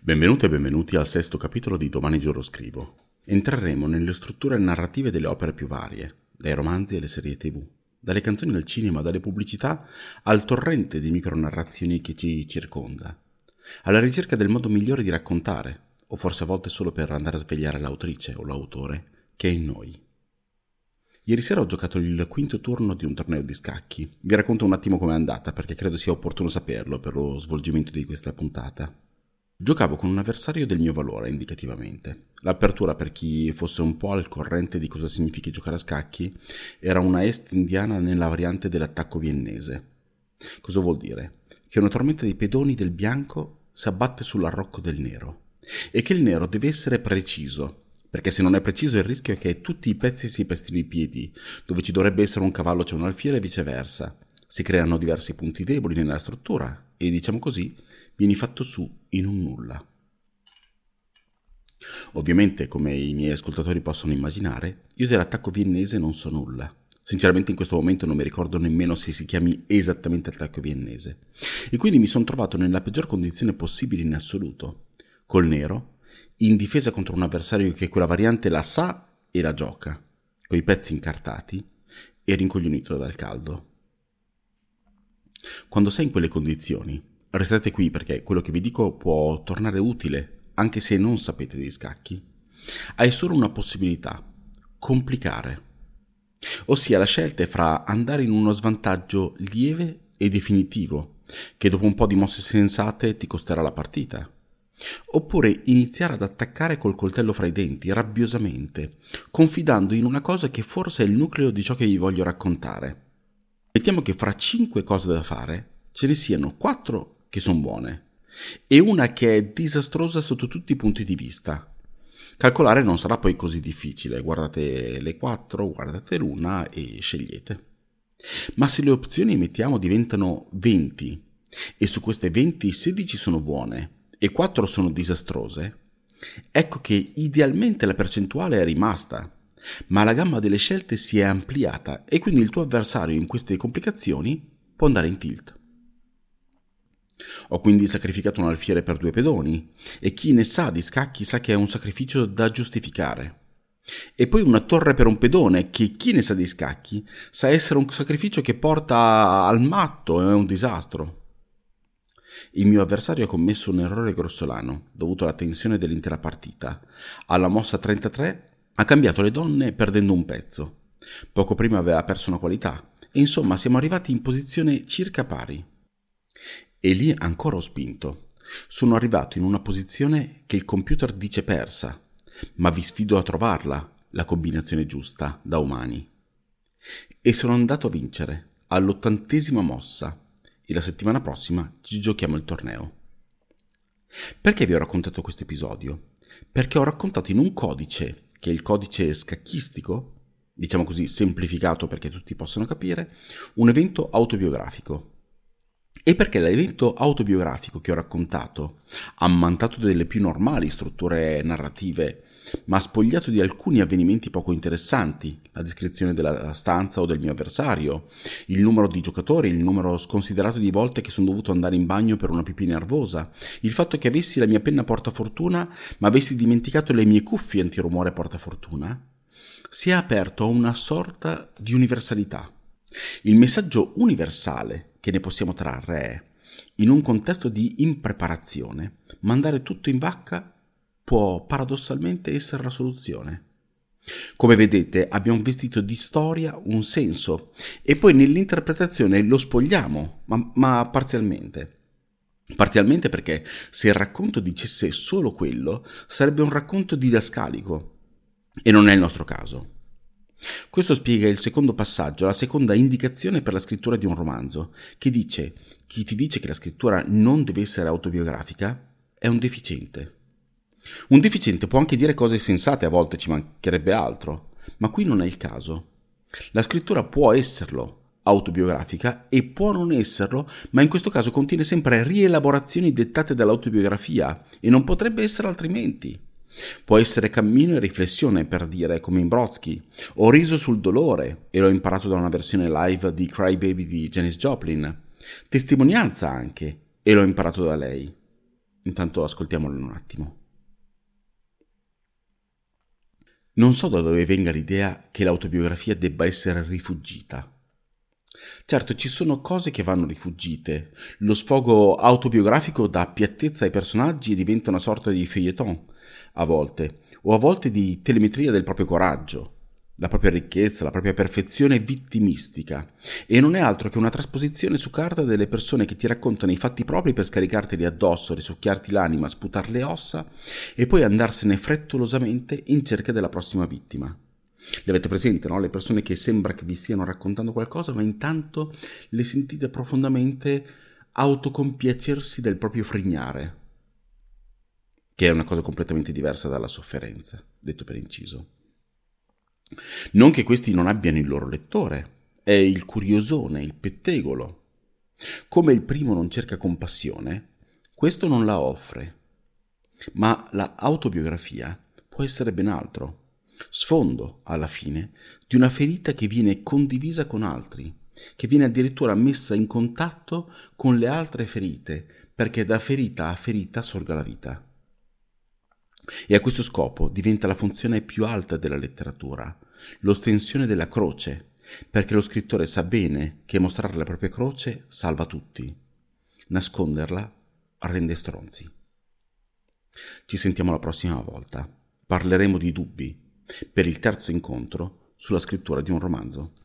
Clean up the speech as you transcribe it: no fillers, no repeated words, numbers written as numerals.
Benvenuti e benvenuti al sesto capitolo di Domani Giuro Scrivo. Entreremo nelle strutture narrative delle opere più varie, dai romanzi alle serie TV, dalle canzoni al cinema, dalle pubblicità al torrente di micronarrazioni che ci circonda, alla ricerca del modo migliore di raccontare, o forse a volte solo per andare a svegliare l'autrice o l'autore che è in noi. Ieri sera ho giocato il quinto turno di un torneo di scacchi. Vi racconto un attimo com'è andata perché credo sia opportuno saperlo per lo svolgimento di questa puntata. Giocavo con un avversario del mio valore, indicativamente. L'apertura, per chi fosse un po' al corrente di cosa significhi giocare a scacchi, era una est indiana nella variante dell'attacco viennese. Cosa vuol dire? Che una tormenta di pedoni del bianco si abbatte sull'arrocco del nero e che il nero deve essere preciso, perché se non è preciso il rischio è che tutti i pezzi si pestino i piedi, dove ci dovrebbe essere un cavallo c'è un alfiere e viceversa. Si creano diversi punti deboli nella struttura e, diciamo così, vieni fatto su in un nulla. Ovviamente, come i miei ascoltatori possono immaginare, io dell'attacco viennese non so nulla. Sinceramente in questo momento non mi ricordo nemmeno se si chiami esattamente attacco viennese. E quindi mi sono trovato nella peggior condizione possibile in assoluto, col nero, in difesa contro un avversario che quella variante la sa e la gioca, coi pezzi incartati e rincoglionito dal caldo. Quando sei in quelle condizioni, restate qui perché quello che vi dico può tornare utile, anche se non sapete di scacchi. Hai solo una possibilità: complicare. Ossia la scelta è fra andare in uno svantaggio lieve e definitivo, che dopo un po' di mosse sensate ti costerà la partita, oppure iniziare ad attaccare col coltello fra i denti, rabbiosamente, confidando in una cosa che forse è il nucleo di ciò che vi voglio raccontare. Mettiamo che fra 5 cose da fare ce ne siano 4 che sono buone e una che è disastrosa sotto tutti i punti di vista. Calcolare non sarà poi così difficile, guardate le 4, guardate l'una e scegliete. Ma se le opzioni mettiamo diventano 20 e su queste 20 16 sono buone e 4 sono disastrose, ecco che idealmente la percentuale è rimasta, ma la gamma delle scelte si è ampliata e quindi il tuo avversario in queste complicazioni può andare in tilt. Ho quindi sacrificato un alfiere per 2 pedoni e chi ne sa di scacchi sa che è un sacrificio da giustificare. E poi una torre per un pedone che chi ne sa di scacchi sa essere un sacrificio che porta al matto, è un disastro. Il mio avversario ha commesso un errore grossolano, dovuto alla tensione dell'intera partita. Alla mossa 33 ha cambiato le donne perdendo un pezzo. Poco prima aveva perso una qualità. E insomma siamo arrivati in posizione circa pari. E lì ancora ho spinto. Sono arrivato in una posizione che il computer dice persa, ma vi sfido a trovarla, la combinazione giusta, da umani. E sono andato a vincere, all'80ª mossa. E la settimana prossima ci giochiamo il torneo. Perché vi ho raccontato questo episodio? Perché ho raccontato in un codice, che è il codice scacchistico, diciamo così semplificato perché tutti possano capire, un evento autobiografico. E perché l'evento autobiografico che ho raccontato, ammantato delle più normali strutture narrative, ma spogliato di alcuni avvenimenti poco interessanti, la descrizione della stanza o del mio avversario, il numero di giocatori, il numero sconsiderato di volte che sono dovuto andare in bagno per una pipì nervosa, il fatto che avessi la mia penna portafortuna ma avessi dimenticato le mie cuffie antirumore portafortuna, si è aperto a una sorta di universalità. Il messaggio universale che ne possiamo trarre è: in un contesto di impreparazione, mandare tutto in vacca può paradossalmente essere la soluzione. Come vedete, abbiamo vestito di storia un senso e poi nell'interpretazione lo spogliamo, ma parzialmente. Parzialmente perché se il racconto dicesse solo quello, sarebbe un racconto didascalico e non è il nostro caso. Questo spiega il secondo passaggio, la seconda indicazione per la scrittura di un romanzo, che dice: chi ti dice che la scrittura non deve essere autobiografica è un deficiente. Un deficiente può anche dire cose sensate, a volte ci mancherebbe altro, ma qui non è il caso. La scrittura può esserlo autobiografica e può non esserlo, ma in questo caso contiene sempre rielaborazioni dettate dall'autobiografia e non potrebbe essere altrimenti. Può essere cammino e riflessione, per dire, come in Brodsky, o riso sul dolore, e l'ho imparato da una versione live di Cry Baby di Janis Joplin, testimonianza anche, e l'ho imparato da lei. Intanto ascoltiamolo un attimo. Non so da dove venga l'idea che l'autobiografia debba essere rifuggita. Certo, ci sono cose che vanno rifugite. Lo sfogo autobiografico dà piattezza ai personaggi e diventa una sorta di feuilleton, a volte, o a volte di telemetria del proprio coraggio, la propria ricchezza, la propria perfezione vittimistica. E non è altro che una trasposizione su carta delle persone che ti raccontano i fatti propri per scaricarteli addosso, risucchiarti l'anima, sputar le ossa e poi andarsene frettolosamente in cerca della prossima vittima. Le avete presente, no? Le persone che sembra che vi stiano raccontando qualcosa, ma intanto le sentite profondamente autocompiacersi del proprio frignare, che è una cosa completamente diversa dalla sofferenza, detto per inciso. Non che questi non abbiano il loro lettore, è il curiosone, il pettegolo. Come il primo non cerca compassione, questo non la offre. Ma la autobiografia può essere ben altro. Sfondo, alla fine, di una ferita che viene condivisa con altri, che viene addirittura messa in contatto con le altre ferite, perché da ferita a ferita sorga la vita. E a questo scopo diventa la funzione più alta della letteratura, l'ostensione della croce, perché lo scrittore sa bene che mostrare la propria croce salva tutti, nasconderla rende stronzi. Ci sentiamo la prossima volta. Parleremo di dubbi per il terzo incontro sulla scrittura di un romanzo.